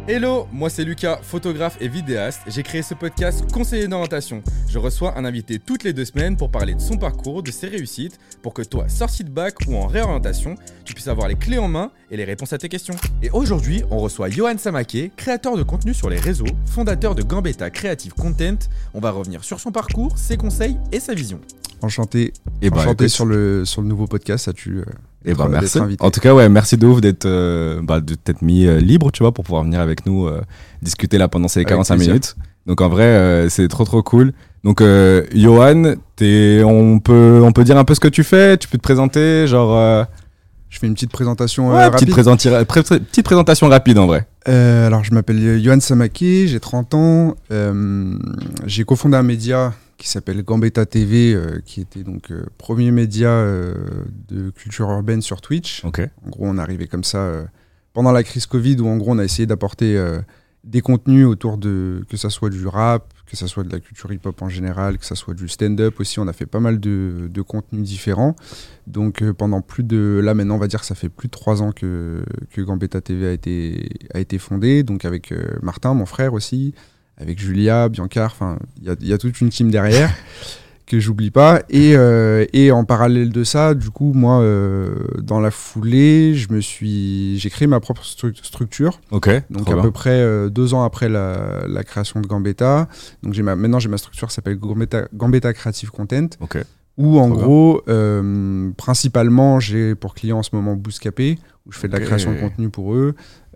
Hello, moi c'est Lucas, photographe et vidéaste. J'ai créé ce podcast Conseiller d'orientation. Je reçois un invité toutes les 2 semaines pour parler de son parcours, de ses réussites, pour que toi, sorti de bac ou en réorientation, tu puisses avoir les clés en main et les réponses à tes questions. Et aujourd'hui, on reçoit Yohan Samaké, créateur de contenu sur les réseaux, fondateur de Gambetta Creative Content. On va revenir sur son parcours, ses conseils et sa vision. Enchanté. Enchanté sur le nouveau podcast, as-tu merci. invité. En tout cas, ouais, merci de ouf de t'être mis libre, tu vois, pour pouvoir venir avec nous discuter là pendant ces 45 minutes. Donc en vrai, c'est trop cool. Donc Yohan, on peut dire un peu ce que tu fais. Tu peux te présenter, genre. Je fais une petite présentation rapide. Petite présentation rapide en vrai. Alors je m'appelle Yohan Samaké, j'ai 30 ans. J'ai cofondé un média qui s'appelle Gambetta TV, qui était donc premier média de culture urbaine sur Twitch. Okay. En gros, on arrivait comme ça pendant la crise Covid, où en gros on a essayé d'apporter des contenus autour de, que ça soit du rap, que ça soit de la culture hip-hop en général, que ça soit du stand-up aussi. On a fait pas mal de contenus différents. Donc pendant là maintenant on va dire que ça fait plus de 3 ans que Gambetta TV a été fondé, donc avec Martin, mon frère aussi, avec Julia, Biancar, enfin il y a toute une team derrière que j'oublie pas. Et en parallèle de ça, du coup moi dans la foulée, j'ai créé ma propre structure. Ok. Donc à peu près 2 ans après la création de Gambetta. Donc maintenant j'ai ma structure qui s'appelle Gambetta Creative Content. Ok. Où en gros, principalement, j'ai pour client en ce moment Bouscapé, où je fais de la création de contenu pour eux,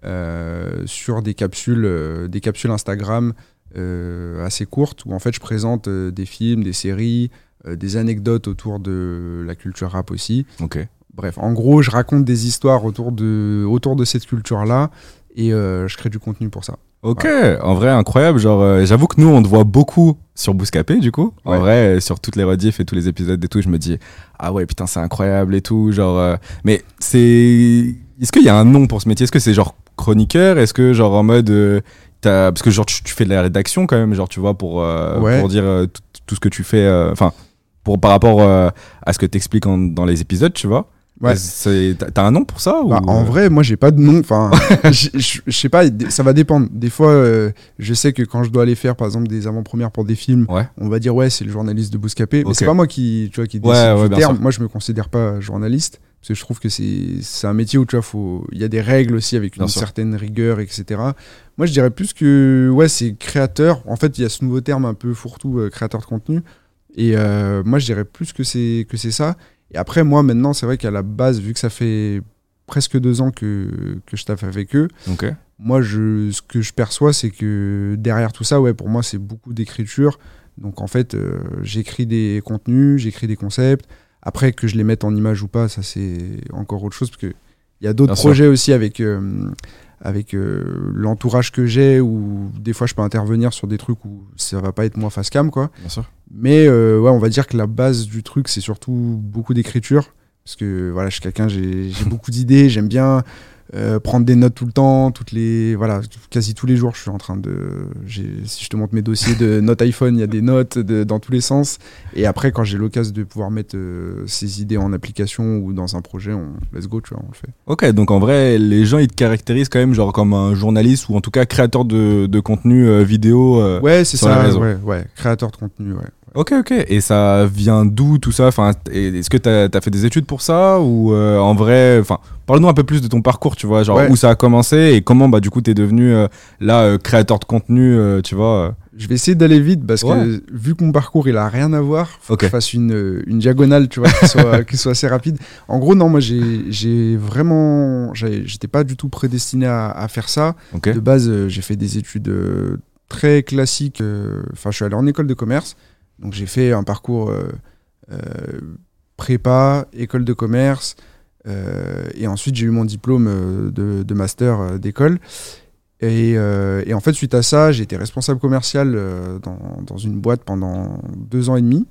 sur des capsules Instagram assez courtes, où en fait je présente des films, des séries, des anecdotes autour de la culture rap aussi. Ok. Bref, en gros, je raconte des histoires autour de cette culture-là, et je crée du contenu pour ça. Ok, ouais. En vrai, incroyable. Genre, j'avoue que nous, on te voit beaucoup sur Bouscapé, du coup. En vrai, sur toutes les rediffs et tous les épisodes et tout, je me dis, ah ouais, putain, c'est incroyable et tout. Genre, mais est-ce qu'il y a un nom pour ce métier? Est-ce que c'est genre chroniqueur? Est-ce que genre en mode, parce que genre tu fais de la rédaction quand même, genre tu vois, pour dire tout ce que tu fais, enfin, par rapport à ce que t'expliques dans les épisodes, tu vois. Ouais. T'as un nom pour ça ou... En vrai, moi, j'ai pas de nom. Enfin, je sais pas, ça va dépendre. Des fois, je sais que quand je dois aller faire, par exemple, des avant-premières pour des films, on va dire, c'est le journaliste de Bouscapé. Mais c'est pas moi qui décide du terme. Moi, je me considère pas journaliste. Parce que je trouve que c'est un métier où, tu vois, il y a des règles aussi avec une certaine rigueur, etc. Moi, je dirais plus que, c'est créateur. En fait, il y a ce nouveau terme un peu fourre-tout, créateur de contenu. Et moi, je dirais plus que c'est ça. Et après, moi, maintenant, c'est vrai qu'à la base, vu que ça fait presque 2 ans que je taffe avec eux, moi, ce que je perçois, c'est que derrière tout ça, pour moi, c'est beaucoup d'écriture. Donc, en fait, j'écris des contenus, j'écris des concepts. Après, que je les mette en image ou pas, ça, c'est encore autre chose. Parce qu'il y a d'autres projets aussi avec l'entourage que j'ai, où des fois, je peux intervenir sur des trucs où ça va pas être moi face cam, quoi. Bien sûr. Mais on va dire que la base du truc, c'est surtout beaucoup d'écriture. Parce que voilà, je suis quelqu'un, j'ai beaucoup d'idées, j'aime bien prendre des notes tout le temps, quasi tous les jours, je suis en train si je te montre mes dossiers de notes iPhone, il y a des notes dans tous les sens. Et après, quand j'ai l'occasion de pouvoir mettre ces idées en application ou dans un projet, let's go, tu vois, on le fait. Ok, donc en vrai, les gens, ils te caractérisent quand même genre comme un journaliste ou en tout cas créateur de contenu vidéo c'est sur ça, les réseaux. Créateur de contenu, Ok. Et ça vient d'où tout ça? Enfin, est-ce que t'as fait des études pour ça ou en vrai, enfin, parle-nous un peu plus de ton parcours, tu vois, genre où ça a commencé et comment du coup t'es devenu créateur de contenu, tu vois. Je vais essayer d'aller vite parce que vu que mon parcours il a rien à voir, faut que je fasse une diagonale, tu vois, qui soit assez rapide. En gros, non, moi j'étais pas du tout prédestiné à faire ça. De base, j'ai fait des études très classiques. Enfin, je suis allé en école de commerce. Donc j'ai fait un parcours prépa, école de commerce, et ensuite j'ai eu mon diplôme de master d'école. Et en fait, suite à ça, j'ai été responsable commercial dans une boîte pendant 2 ans et demi.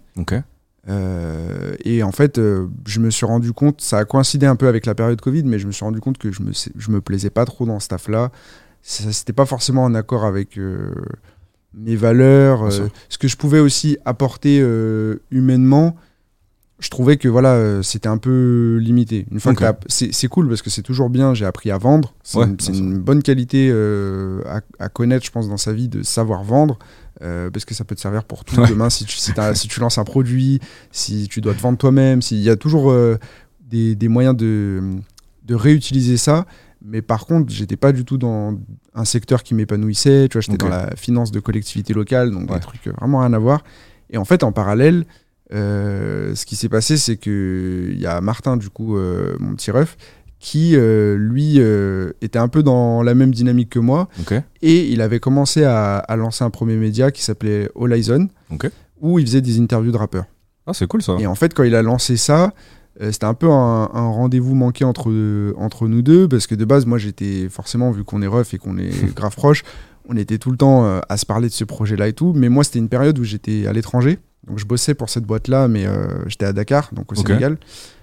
Et en fait, je me suis rendu compte, ça a coïncidé un peu avec la période Covid, mais je me suis rendu compte que je me plaisais pas trop dans ce taf-là. C'était pas forcément en accord avec mes valeurs, ce que je pouvais aussi apporter humainement. je trouvais que voilà, c'était un peu limité. Une fois que c'est cool parce que c'est toujours bien, j'ai appris à vendre. C'est une bonne qualité à connaître, je pense, dans sa vie, de savoir vendre. Parce que ça peut te servir pour tout. Demain, si tu lances un produit, si tu dois te vendre toi-même, s'il y a toujours des moyens de réutiliser ça. Mais par contre, j'étais pas du tout dans un secteur qui m'épanouissait. Tu vois, j'étais dans la finance de collectivité locale, donc des trucs vraiment rien à voir. Et en fait, en parallèle, ce qui s'est passé, c'est qu'il y a Martin, du coup, mon petit ref, qui, lui, était un peu dans la même dynamique que moi. Et il avait commencé à lancer un premier média qui s'appelait All Eyes On, où il faisait des interviews de rappeurs. Ah, c'est cool ça. Et en fait, quand il a lancé ça, c'était un peu un rendez-vous manqué entre nous deux, parce que de base, moi, j'étais forcément, vu qu'on est ref et qu'on est grave proche, on était tout le temps à se parler de ce projet-là et tout. Mais moi, c'était une période où j'étais à l'étranger. Donc, je bossais pour cette boîte-là, mais j'étais à Dakar, donc au Sénégal.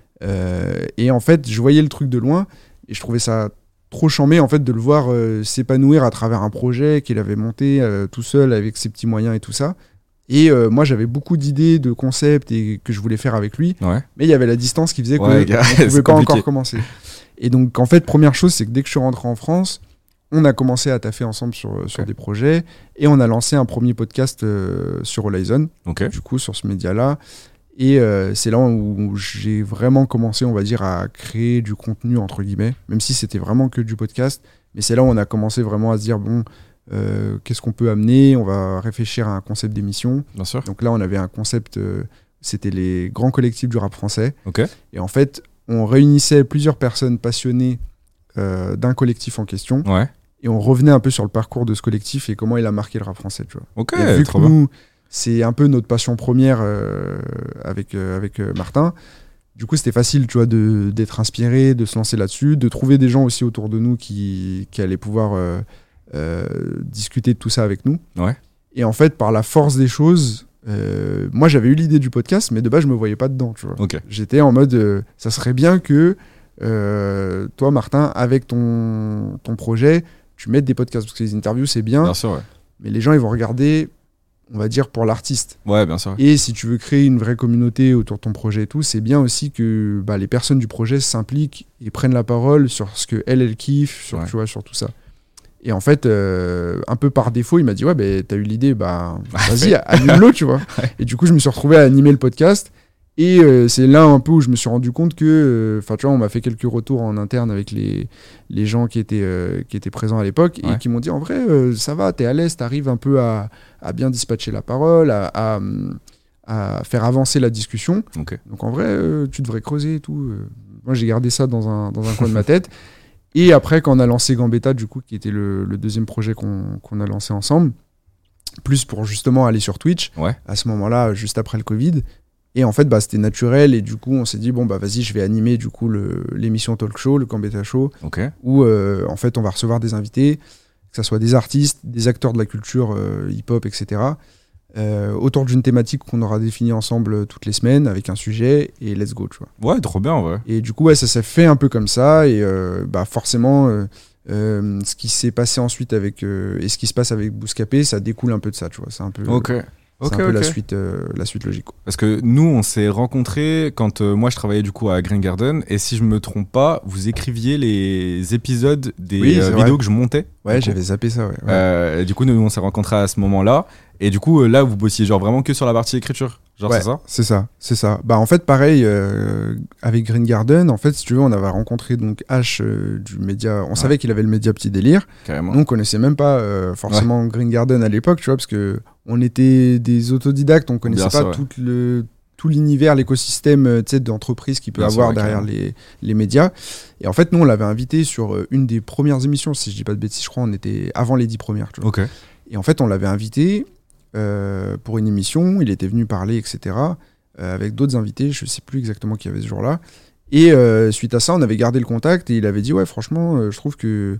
Et en fait, je voyais le truc de loin et je trouvais ça trop chambé, en fait, de le voir s'épanouir à travers un projet qu'il avait monté tout seul avec ses petits moyens et tout ça. Et moi, j'avais beaucoup d'idées, de concepts et que je voulais faire avec lui. Mais il y avait la distance qui faisait qu'on ne pouvait pas encore commencer. Et donc, en fait, première chose, c'est que dès que je suis rentré en France, on a commencé à taffer ensemble sur des projets et on a lancé un premier podcast sur All Eyes On, du coup, sur ce média-là. Et c'est là où j'ai vraiment commencé, on va dire, à créer du contenu, entre guillemets, même si c'était vraiment que du podcast. Mais c'est là où on a commencé vraiment à se dire, bon, qu'est-ce qu'on peut amener ? On va réfléchir à un concept d'émission. Bien sûr. Donc là, on avait un concept, c'était les grands collectifs du rap français. Et en fait, on réunissait plusieurs personnes passionnées d'un collectif en question. Et on revenait un peu sur le parcours de ce collectif et comment il a marqué le rap français. Tu vois. Et vu que nous, c'est un peu notre passion première avec Martin. Du coup, c'était facile, tu vois, d'être inspiré, de se lancer là-dessus, de trouver des gens aussi autour de nous qui allaient pouvoir discuter de tout ça avec nous. Et en fait, par la force des choses, moi, j'avais eu l'idée du podcast, mais de base, je me voyais pas dedans, tu vois. J'étais en mode, ça serait bien que toi, Martin, avec ton projet, tu mettes des podcasts, parce que les interviews, c'est bien. Bien sûr, mais les gens, ils vont regarder, on va dire, pour l'artiste. Bien sûr. Et si tu veux créer une vraie communauté autour de ton projet et tout, c'est bien aussi que les personnes du projet s'impliquent et prennent la parole sur ce qu'elles kiffent, tu vois, sur tout ça. Et en fait, un peu par défaut, il m'a dit, t'as eu l'idée, vas-y, anime-le, tu vois. Et du coup, je me suis retrouvé à animer le podcast. Et c'est là un peu où je me suis rendu compte que, tu vois, on m'a fait quelques retours en interne avec les gens qui étaient présents à l'époque et qui m'ont dit, en vrai, ça va, t'es à l'aise, t'arrives un peu à bien dispatcher la parole, à faire avancer la discussion. Donc en vrai, tu devrais creuser et tout. Moi, j'ai gardé ça dans un coin de ma tête. Et après, quand on a lancé Gambetta, du coup, qui était le deuxième projet qu'on a lancé ensemble, plus pour justement aller sur Twitch, à ce moment-là, juste après le Covid. Et en fait, c'était naturel. Et du coup, on s'est dit, vas-y, je vais animer du coup l'émission Talk Show, le Gambetta Show, où en fait, on va recevoir des invités, que ce soit des artistes, des acteurs de la culture hip-hop, etc., autour d'une thématique qu'on aura définie ensemble toutes les semaines avec un sujet et let's go, tu vois. Trop bien, Et du coup, ça s'est fait un peu comme ça et forcément, ce qui s'est passé ensuite avec et ce qui se passe avec Bouscapé, ça découle un peu de ça, tu vois. C'est un peu c'est un peu la suite logique. Parce que nous, on s'est rencontrés quand moi je travaillais du coup à Green Garden et si je me trompe pas, vous écriviez les épisodes des vidéos que je montais. J'avais zappé ça. Du coup, nous on s'est rencontrés à ce moment-là et du coup là vous bossiez genre vraiment que sur la partie écriture. C'est ça. C'est ça. En fait, pareil, avec Green Garden, en fait, si tu veux, on avait rencontré donc H du média. On savait qu'il avait le média Petit Délire. Carrément. Nous, on connaissait même pas forcément Green Garden à l'époque, tu vois, parce que on était des autodidactes, on connaissait pas tout l'univers, l'écosystème d'entreprise qu'il peut avoir derrière les médias. Et en fait, nous, on l'avait invité sur une des premières émissions, si je dis pas de bêtises, je crois, on était avant les 10 premières. Tu vois. Et en fait, on l'avait invité pour une émission, il était venu parler, etc., avec d'autres invités, je sais plus exactement qui y avait ce jour-là. Et suite à ça, on avait gardé le contact et il avait dit, franchement, je trouve que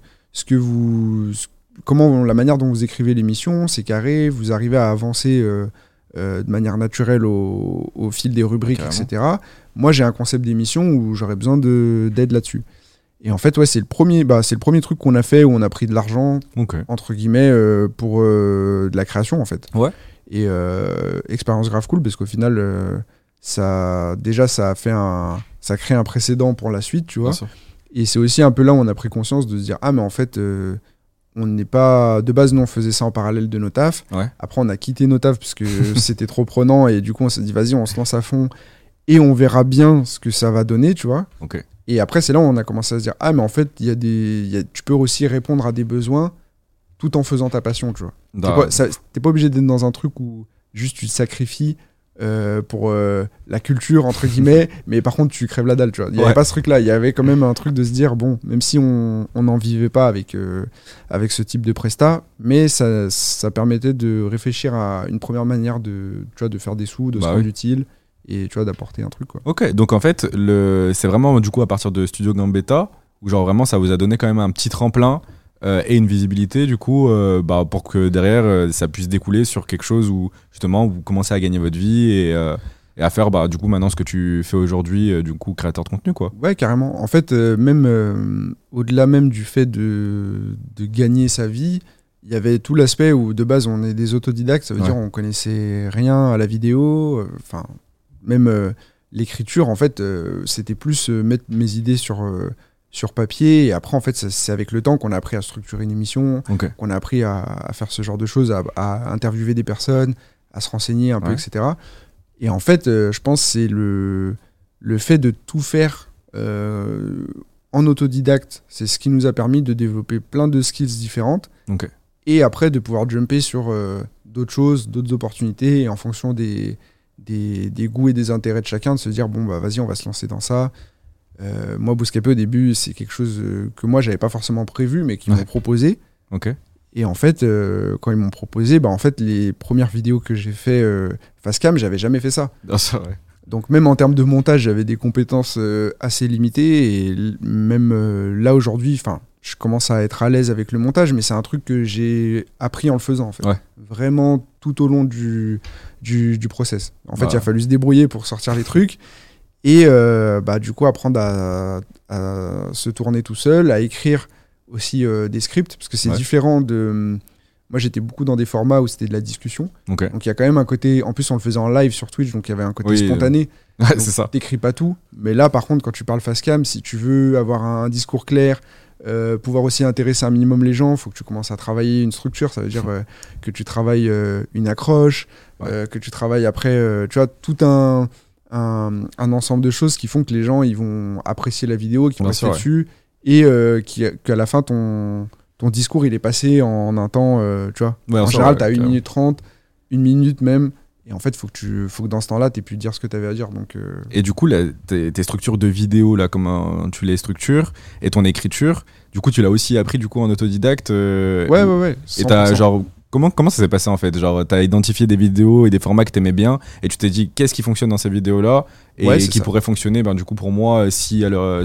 la manière dont vous écrivez l'émission, c'est carré, vous arrivez à avancer de manière naturelle au fil des rubriques, etc. Moi, j'ai un concept d'émission où j'aurais besoin d'aide là-dessus. Et en fait, c'est le premier truc qu'on a fait où on a pris de l'argent, entre guillemets, pour de la création, en fait. Et expérience grave cool, parce qu'au final, déjà, ça crée un précédent pour la suite, tu vois. Et c'est aussi un peu là où on a pris conscience de se dire, ah, mais en fait, on n'est pas... De base, nous, on faisait ça en parallèle de nos tafs. Ouais. Après, on a quitté nos tafs parce que c'était trop prenant. Et du coup, on s'est dit, vas-y, on se lance à fond. Et on verra bien ce que ça va donner, tu vois. Okay. Et après, c'est là où on a commencé à se dire, ah, mais en fait, tu peux aussi répondre à des besoins tout en faisant ta passion, tu vois. T'es pas obligé d'être dans un truc où juste tu te sacrifies pour la culture, entre guillemets, mais par contre, tu crèves la dalle, tu vois. Il n'y avait pas ce truc-là. Il y avait quand même un truc de se dire, bon, même si on n'en vivait pas avec ce type de presta, mais ça permettait de réfléchir à une première manière de faire des sous, de se rendre utile. Et tu vois, d'apporter un truc, quoi. Ok, donc en fait, c'est vraiment du coup à partir de Studio Gambetta où genre vraiment ça vous a donné quand même un petit tremplin et une visibilité du coup pour que derrière ça puisse découler sur quelque chose où justement vous commencez à gagner votre vie et à faire du coup maintenant ce que tu fais aujourd'hui du coup créateur de contenu, quoi. Ouais, carrément. En fait, même au-delà même du fait de gagner sa vie, il y avait tout l'aspect où de base on est des autodidactes, ça veut dire on connaissait rien à la vidéo, même l'écriture, en fait, c'était plus mettre mes idées sur papier. Et après, en fait, c'est avec le temps qu'on a appris à structurer une émission, qu'on a appris à faire ce genre de choses, à interviewer des personnes, à se renseigner un peu, etc. Et en fait, je pense que c'est le fait de tout faire en autodidacte, c'est ce qui nous a permis de développer plein de skills différentes. Et après, de pouvoir jumper sur d'autres choses, d'autres opportunités, et en fonction des goûts et des intérêts de chacun, de se dire bon bah vas-y, on va se lancer dans ça. Moi, Bouscapé au début, c'est quelque chose que moi j'avais pas forcément prévu, mais qu'ils m'ont proposé. Et en fait, quand ils m'ont proposé, en fait, les premières vidéos que j'ai fait Facecam, j'avais jamais fait ça. Donc même en termes de montage, j'avais des compétences assez limitées, et même là aujourd'hui, je commence à être à l'aise avec le montage, mais c'est un truc que j'ai appris en le faisant, en fait. Vraiment tout au long du process. En fait, il a fallu se débrouiller pour sortir les trucs et du coup apprendre à se tourner tout seul, à écrire aussi des scripts, parce que c'est différent de... Moi, j'étais beaucoup dans des formats où c'était de la discussion. Donc, il y a quand même un côté... En plus, on le faisait en live sur Twitch, donc il y avait un côté spontané. C'est ça. T'écris pas tout. Mais là, par contre, quand tu parles Facecam, si tu veux avoir un discours clair, pouvoir aussi intéresser un minimum les gens, il faut que tu commences à travailler une structure. Ça veut dire que tu travailles une accroche, que tu travailles après, tu vois, tout un ensemble de choses qui font que les gens ils vont apprécier la vidéo, qui vont rester dessus, et qu'à la fin, ton discours, il est passé en un temps, tu vois. En général, tu as 1 minute 30, 1 minute même. Et en fait, faut que dans ce temps-là, tu aies pu dire ce que tu avais à dire. Donc, Et du coup, tes structures de vidéo, là, comment tu les structures, et ton écriture, du coup, tu l'as aussi appris du coup, en autodidacte. Ouais. 100%. Et t'as, genre, comment ça s'est passé en fait? Genre, t'as identifié des vidéos et des formats que t'aimais bien, et tu t'es dit qu'est-ce qui fonctionne dans ces vidéos-là, et qui pourrait fonctionner du coup, pour moi si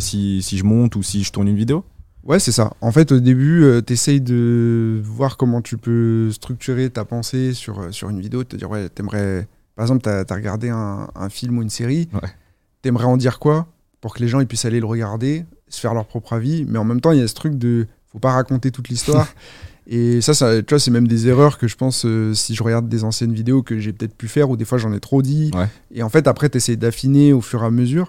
je monte ou si je tourne une vidéo? Ouais, c'est ça. En fait, au début, t'essayes de voir comment tu peux structurer ta pensée sur une vidéo, de te dire, t'aimerais... Par exemple, t'as regardé un film ou une série, t'aimerais en dire quoi pour que les gens ils puissent aller le regarder, se faire leur propre avis, mais en même temps, il y a ce truc de... Faut pas raconter toute l'histoire. Et ça, tu vois, c'est même des erreurs que je pense, si je regarde des anciennes vidéos, que j'ai peut-être pu faire, ou des fois, j'en ai trop dit. Et en fait, après, t'essayes d'affiner au fur et à mesure.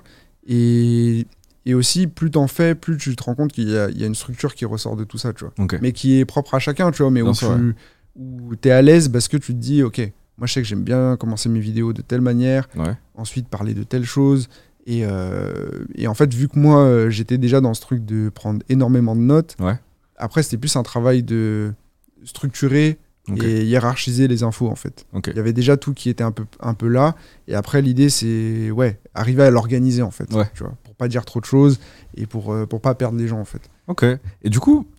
Et aussi, plus t'en fais, plus tu te rends compte qu'il y a une structure qui ressort de tout ça, tu vois. Mais qui est propre à chacun, tu vois, mais où t'es à l'aise parce que tu te dis, ok, moi je sais que j'aime bien commencer mes vidéos de telle manière, ensuite parler de telle chose. Et en fait, vu que moi, j'étais déjà dans ce truc de prendre énormément de notes, après, c'était plus un travail de structurer et hiérarchiser les infos, en fait. Il y avait déjà tout qui était un peu là. Et après, l'idée, c'est arriver à l'organiser, en fait. Tu vois, pour pas dire trop de choses et pour pas perdre les gens, en fait. Et du coup,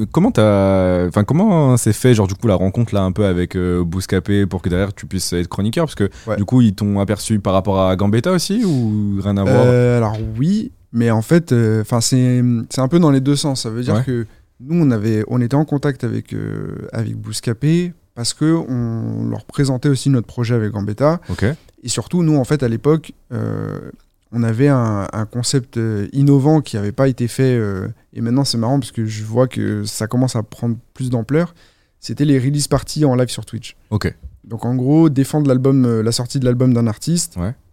comment s'est fait, genre, du coup, la rencontre là un peu avec Bouscapé pour que derrière tu puisses être chroniqueur? Parce que du coup, ils t'ont aperçu par rapport à Gambetta aussi, ou rien à voir? Alors, oui, mais en fait, c'est un peu dans les deux sens. Ça veut dire que nous, on était en contact avec Bouscapé parce qu'on leur présentait aussi notre projet avec Gambetta. Et surtout, nous, en fait, à l'époque, on avait un concept innovant qui n'avait pas été fait. Et maintenant, c'est marrant parce que je vois que ça commence à prendre plus d'ampleur. C'était les release parties en live sur Twitch. Donc, en gros, défendre la sortie de l'album d'un artiste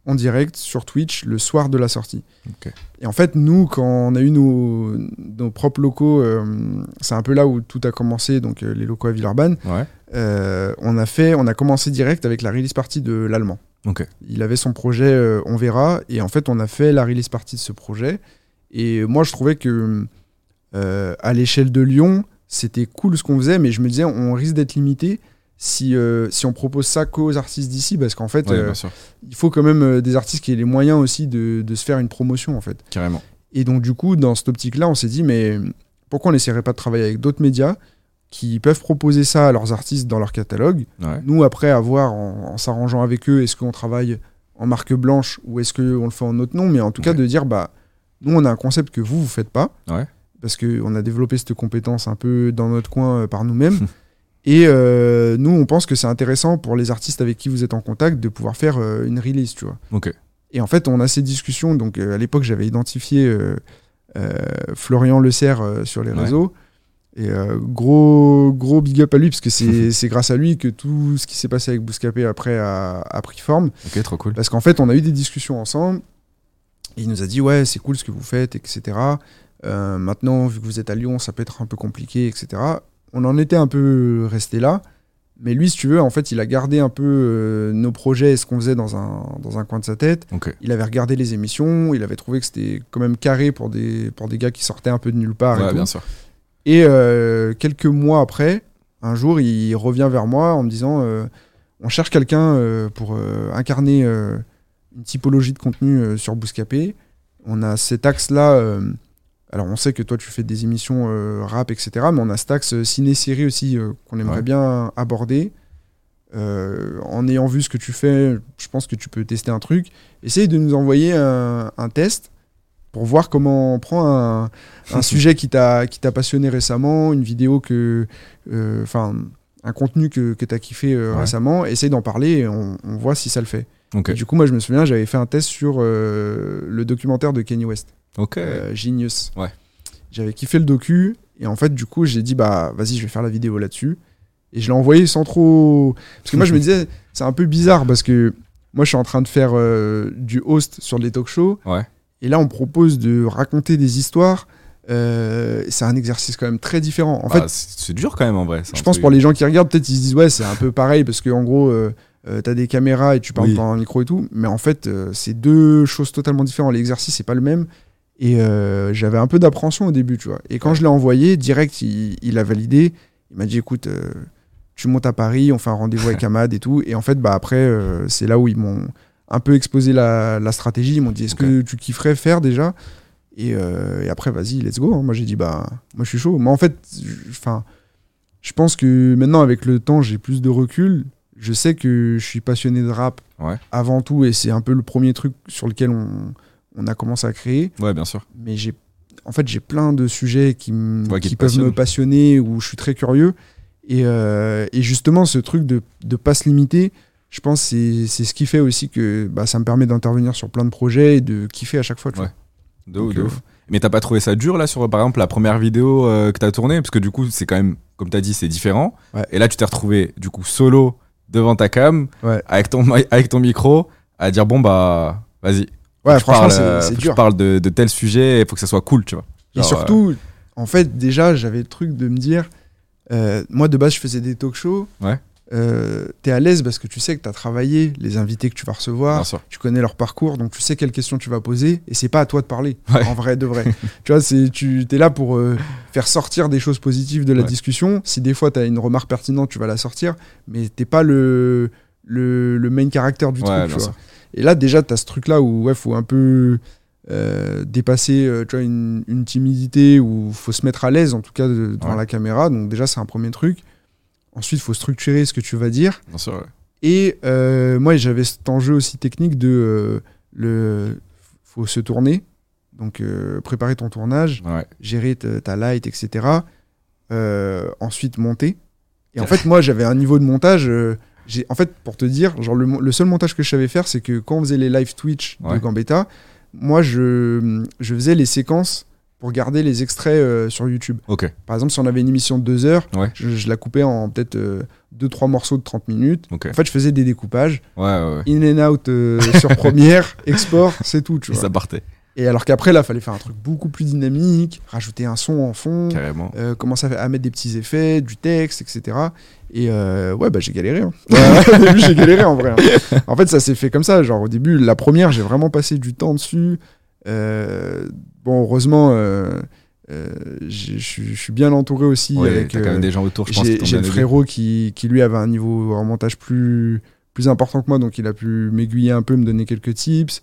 en direct sur Twitch le soir de la sortie. Okay. Et en fait, nous, quand on a eu nos propres locaux, c'est un peu là où tout a commencé, donc les locaux à Villeurbanne, on a commencé direct avec la release party de l'allemand. Okay. Il avait son projet On verra, et en fait, on a fait la release party de ce projet. Et moi, je trouvais que à l'échelle de Lyon, c'était cool ce qu'on faisait, mais je me disais, on risque d'être limité si on propose ça qu'aux artistes d'ici, parce qu'en fait, il faut quand même des artistes qui aient les moyens aussi de se faire une promotion, en fait. Carrément. Et donc, du coup, dans cette optique-là, on s'est dit, mais pourquoi on n'essaierait pas de travailler avec d'autres médias qui peuvent proposer ça à leurs artistes dans leur catalogue. Nous, après, à voir, en s'arrangeant avec eux, est-ce qu'on travaille en marque blanche ou est-ce qu'on le fait en notre nom, mais en tout cas, de dire, nous, on a un concept que vous faites pas, parce qu'on a développé cette compétence un peu dans notre coin par nous-mêmes. Et nous, on pense que c'est intéressant pour les artistes avec qui vous êtes en contact de pouvoir faire une release, tu vois. Okay. Et en fait, on a ces discussions. Donc, à l'époque, j'avais identifié Florian Le Serre sur les réseaux. Et gros big up à lui, parce que c'est grâce à lui que tout ce qui s'est passé avec Bouscapé après a pris forme. Ok, trop cool. Parce qu'en fait, on a eu des discussions ensemble. Et il nous a dit, ouais, c'est cool ce que vous faites, etc. Maintenant, vu que vous êtes à Lyon, ça peut être un peu compliqué, etc. On en était un peu resté là, mais lui, si tu veux, en fait, il a gardé un peu nos projets et ce qu'on faisait dans un coin de sa tête. Okay. Il avait regardé les émissions, il avait trouvé que c'était quand même carré pour des gars qui sortaient un peu de nulle part. Ouais, bien sûr. Et quelques mois après, un jour, il revient vers moi en me disant on cherche quelqu'un pour incarner une typologie de contenu sur Bouscapé. On a cet axe-là. Alors, on sait que toi, tu fais des émissions rap, etc. Mais on a cet axe ciné-série aussi qu'on aimerait bien aborder. En ayant vu ce que tu fais, je pense que tu peux tester un truc. Essaye de nous envoyer un test pour voir comment on prend un sujet qui t'a passionné récemment, une vidéo un contenu que tu as kiffé récemment. Essaye d'en parler et on voit si ça le fait. Okay. Et du coup, moi, je me souviens, j'avais fait un test sur le documentaire de Kanye West. Genius. Ouais. J'avais kiffé le docu et en fait du coup j'ai dit vas-y, je vais faire la vidéo là-dessus et je l'ai envoyé sans trop, parce que moi je me disais c'est un peu bizarre parce que moi je suis en train de faire du host sur les talk shows et là on me propose de raconter des histoires. C'est un exercice quand même très différent en fait. C'est dur quand même en vrai. Je pense pour les gens qui regardent, peut-être ils se disent ouais c'est un peu pareil parce que en gros t'as des caméras et tu parles dans un micro et tout, mais en fait c'est deux choses totalement différentes. L'exercice c'est pas le même. Et j'avais un peu d'appréhension au début, tu vois. Et quand je l'ai envoyé, direct, il a validé. Il m'a dit, écoute, tu montes à Paris, on fait un rendez-vous avec Ahmad et tout. Et en fait, après, c'est là où ils m'ont un peu exposé la stratégie. Ils m'ont dit, est-ce que tu kifferais faire déjà ? Et après, vas-y, let's go. Moi, j'ai dit, moi, je suis chaud. Mais en fait, je pense que maintenant, avec le temps, j'ai plus de recul. Je sais que je suis passionné de rap avant tout. Et c'est un peu le premier truc sur lequel on a commencé à créer. Ouais, bien sûr. Mais j'ai plein de sujets qui peuvent me passionner, où je suis très curieux. Et justement, ce truc de pas se limiter, je pense que c'est ce qui fait aussi que ça me permet d'intervenir sur plein de projets et de kiffer à chaque fois. Tu vois. De ouf. Mais t'as pas trouvé ça dur là sur par exemple la première vidéo que t'as tournée ? Parce que du coup, c'est quand même, comme t'as dit, c'est différent. Ouais. Et là, tu t'es retrouvé du coup solo devant ta cam, avec ton micro, à dire vas-y. Ouais, franchement, c'est dur. Je parle de tel sujet, il faut que ça soit cool, tu vois. Genre, et surtout, en fait, déjà, j'avais le truc de me dire, moi, de base, je faisais des talk shows. T'es à l'aise parce que tu sais que t'as travaillé les invités que tu vas recevoir, tu connais leur parcours, donc tu sais quelles questions tu vas poser, et c'est pas à toi de parler, en vrai de vrai. Tu vois, t'es là pour faire sortir des choses positives de la discussion. Si des fois t'as une remarque pertinente, tu vas la sortir, mais t'es pas le main character du truc, tu vois. Et là, déjà, tu as ce truc-là où il faut un peu dépasser tu vois, une timidité, où il faut se mettre à l'aise, en tout cas, devant la caméra. Donc déjà, c'est un premier truc. Ensuite, il faut structurer ce que tu vas dire. Bien sûr, Et moi, j'avais cet enjeu aussi technique de faut se tourner. Donc, préparer ton tournage, gérer ta light, etc. Ensuite, monter. Et en fait, moi, j'avais un niveau de montage... en fait, pour te dire, genre le seul montage que je savais faire, c'est que quand on faisait les live Twitch de Gambetta, moi, je faisais les séquences pour garder les extraits sur YouTube. Par exemple, si on avait une émission de 2 heures, je la coupais en peut-être 2-3 morceaux de 30 minutes. En fait, je faisais des découpages. In and out sur Premiere, export, c'est tout. Tu vois. Ça partait. Et alors qu'après, là, il fallait faire un truc beaucoup plus dynamique, rajouter un son en fond, commencer à mettre des petits effets, du texte, etc. Et j'ai galéré. Hein. Au début, j'ai galéré en vrai. Hein. En fait, ça s'est fait comme ça. Genre, au début, la première, j'ai vraiment passé du temps dessus. Heureusement, je suis bien entouré aussi. T'as quand même des gens autour, je pense. J'ai le frérot qui, lui, avait un niveau en montage plus important que moi, donc il a pu m'aiguiller un peu, me donner quelques tips.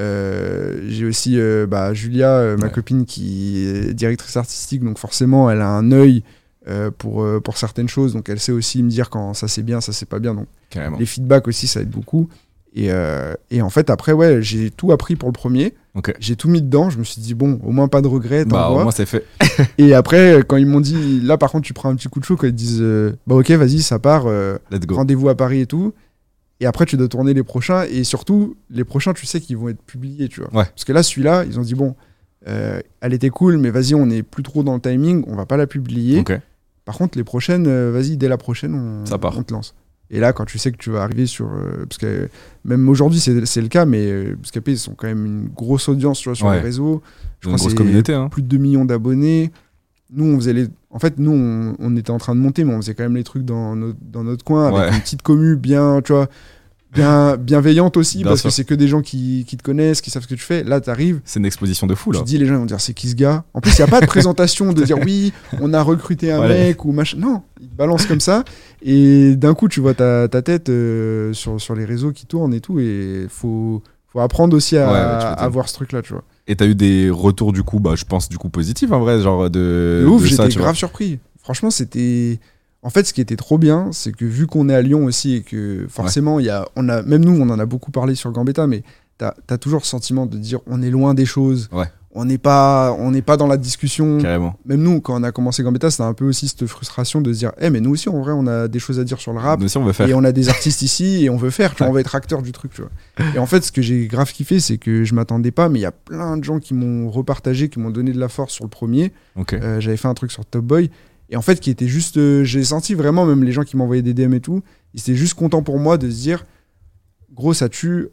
J'ai aussi Julia, ma copine, qui est directrice artistique, donc forcément elle a un œil pour certaines choses, donc elle sait aussi me dire quand ça c'est bien, ça c'est pas bien, donc les feedbacks aussi ça aide beaucoup. Et en fait après j'ai tout appris pour le premier, j'ai tout mis dedans, je me suis dit bon, au moins pas de regrets, au moins c'est fait. Et après quand ils m'ont dit là par contre tu prends un petit coup de chaud, quand ils disent ok vas-y ça part, rendez-vous à Paris et tout. Et après, tu dois tourner les prochains. Et surtout, les prochains, tu sais qu'ils vont être publiés, tu vois. Parce que là, celui-là, ils ont dit, bon, elle était cool, mais vas-y, on n'est plus trop dans le timing, on va pas la publier. Par contre, les prochaines, vas-y, dès la prochaine, on te lance. Et là, quand tu sais que tu vas arriver sur... parce que même aujourd'hui, c'est le cas, mais Bouscapé, ils sont quand même une grosse audience, tu vois, sur les réseaux. Je crois que c'est communauté, hein. Plus de 2 millions d'abonnés. Nous, on faisait En fait, nous, on était en train de monter, mais on faisait quand même les trucs dans notre coin, avec une petite commu bien, tu vois, bienveillante aussi, bien parce sûr. Que c'est que des gens qui te connaissent, qui savent ce que tu fais. Là, t'arrives. C'est une exposition de fou, là. Tu te dis, les gens ils vont dire, c'est qui ce gars ? En plus, il n'y a pas de présentation de dire, oui, on a recruté un mec ou machin. Non, ils te balancent comme ça. Et d'un coup, tu vois ta tête sur les réseaux qui tournent et tout. Et faut apprendre aussi à voir ce truc-là, tu vois. Et t'as eu des retours du coup, je pense du coup positifs en vrai, genre de ouf, j'étais grave surpris. Franchement, c'était... En fait, ce qui était trop bien, c'est que vu qu'on est à Lyon aussi et que forcément, même nous, on en a beaucoup parlé sur Gambetta, mais t'as toujours le sentiment de dire on est loin des choses. On n'est pas dans la discussion. Carrément. Même nous, quand on a commencé Gambetta, c'était un peu aussi cette frustration de se dire mais nous aussi, en vrai, on a des choses à dire sur le rap. Nous aussi, on veut faire. Et on a des artistes ici et on veut faire. Tu vois, on veut être acteur du truc. Tu vois. Et en fait, ce que j'ai grave kiffé, c'est que je m'attendais pas, mais il y a plein de gens qui m'ont repartagé, qui m'ont donné de la force sur le premier. J'avais fait un truc sur Top Boy. Et en fait, qui était juste... j'ai senti vraiment, même les gens qui m'envoyaient des DM et tout, ils étaient juste contents pour moi de se dire gros, ça tue.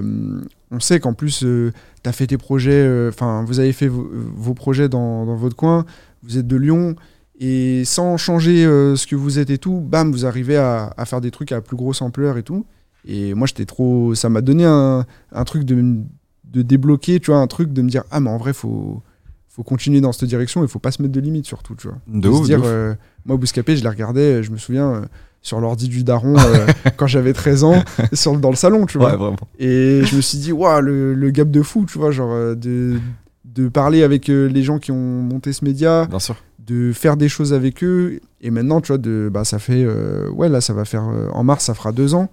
On sait qu'en plus, t'as fait tes projets... vous avez fait vos projets dans votre coin. Vous êtes de Lyon. Et sans changer ce que vous êtes et tout, bam, vous arrivez à faire des trucs à plus grosse ampleur et tout. Et moi, j'étais trop... Ça m'a donné un truc de débloquer, tu vois, un truc de me dire, mais en vrai, faut continuer dans cette direction, il faut pas se mettre de limites surtout, tu vois. De ouf, moi, Bouscapé, je la regardais, je me souviens, sur l'ordi du daron, quand j'avais 13 ans, dans le salon, tu vois. Vraiment. Et je me suis dit, waouh, le gap de fou, tu vois, genre, de parler avec les gens qui ont monté ce média, bien sûr, de faire des choses avec eux, et maintenant, tu vois, ça fait, là, ça va faire, en mars, ça fera 2 ans,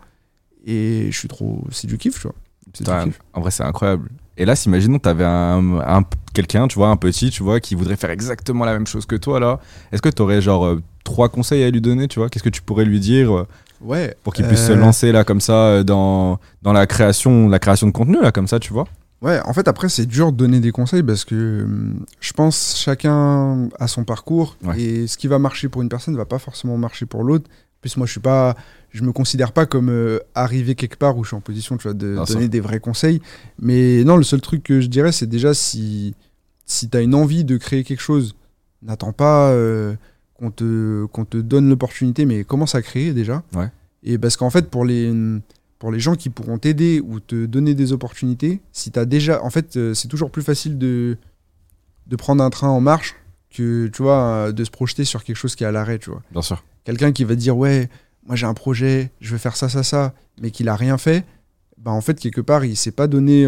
et c'est du kiff, tu vois. En vrai, c'est incroyable. Et là, imaginons que tu avais quelqu'un, tu vois, un petit, tu vois, qui voudrait faire exactement la même chose que toi, là. Est-ce que tu aurais, 3 conseils à lui donner, tu vois ? Qu'est-ce que tu pourrais lui dire pour qu'il puisse se lancer, là, comme ça, dans la création de contenu, là, comme ça, tu vois ? Ouais, en fait, après, c'est dur de donner des conseils parce que je pense chacun a son parcours et ce qui va marcher pour une personne ne va pas forcément marcher pour l'autre. Plus moi, je me considère pas comme arrivé quelque part où je suis en position, tu vois, de donner des vrais conseils. Mais non, le seul truc que je dirais, c'est déjà si t'as une envie de créer quelque chose, n'attends pas qu'on te donne l'opportunité, mais commence à créer déjà. Et parce qu'en fait, pour les gens qui pourront t'aider ou te donner des opportunités, si t'as déjà... En fait, c'est toujours plus facile de prendre un train en marche que, tu vois, de se projeter sur quelque chose qui est à l'arrêt, tu vois. Bien sûr. Quelqu'un qui va te dire, ouais, moi j'ai un projet, je veux faire ça, mais qu'il a rien fait, en fait, quelque part, il s'est pas donné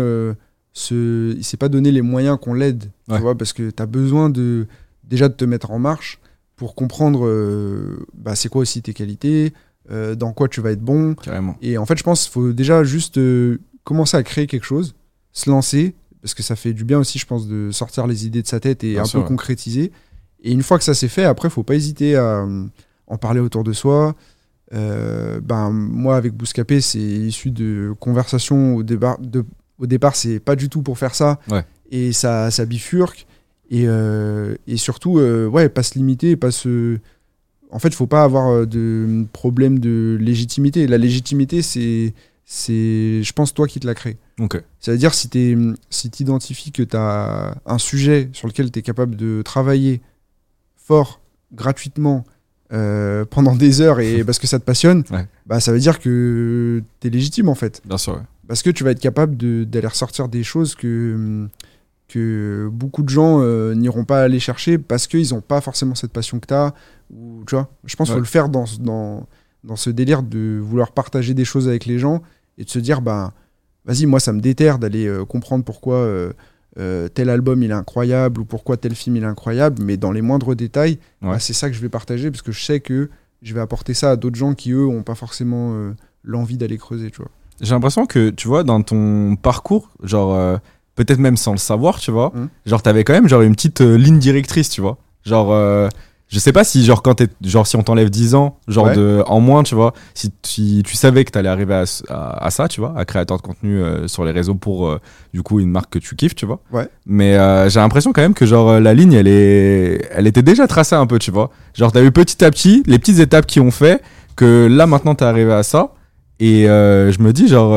les moyens qu'on l'aide, tu vois, parce que t'as besoin déjà de te mettre en marche pour comprendre c'est quoi aussi tes qualités, dans quoi tu vas être bon. Carrément. Et en fait, je pense qu'il faut déjà juste commencer à créer quelque chose, se lancer, parce que ça fait du bien aussi, je pense, de sortir les idées de sa tête et peu concrétiser. Et une fois que ça s'est fait, après, il faut pas hésiter à en parler autour de soi. Moi, avec Bouscapé, c'est issu de conversations au départ, c'est pas du tout pour faire ça. Et ça bifurque. Et surtout, pas se limiter, pas se... En fait, il ne faut pas avoir de problème de légitimité. La légitimité, c'est je pense, toi qui te la crée. Okay. C'est-à-dire, si tu identifies que tu as un sujet sur lequel tu es capable de travailler fort, gratuitement, pendant des heures, et parce que ça te passionne, bah, ça veut dire que tu es légitime, en fait. Bien sûr, Parce que tu vas être capable d'aller ressortir des choses que beaucoup de gens n'iront pas aller chercher parce qu'ils n'ont pas forcément cette passion que tu as. Ou, tu vois, je pense qu'il faut le faire dans ce délire de vouloir partager des choses avec les gens et de se dire, bah, vas-y, moi, ça me déterre d'aller comprendre pourquoi tel album, il est incroyable ou pourquoi tel film, il est incroyable, mais dans les moindres détails, bah, c'est ça que je vais partager parce que je sais que je vais apporter ça à d'autres gens qui, eux, n'ont pas forcément l'envie d'aller creuser, tu vois. J'ai l'impression que, tu vois, dans ton parcours, genre... peut-être même sans le savoir, tu vois. Genre, t'avais quand même genre une petite ligne directrice, tu vois. Genre, je sais pas si, genre, si on t'enlève 10 ans, genre, en moins, tu vois, si tu savais que t'allais arriver à ça, tu vois, à créateur de contenu sur les réseaux pour, du coup, une marque que tu kiffes, tu vois. Mais j'ai l'impression quand même que, genre, la ligne, elle était déjà tracée un peu, tu vois. Genre, t'as eu petit à petit les petites étapes qui ont fait que là, maintenant, t'es arrivé à ça. Et je me dis, genre...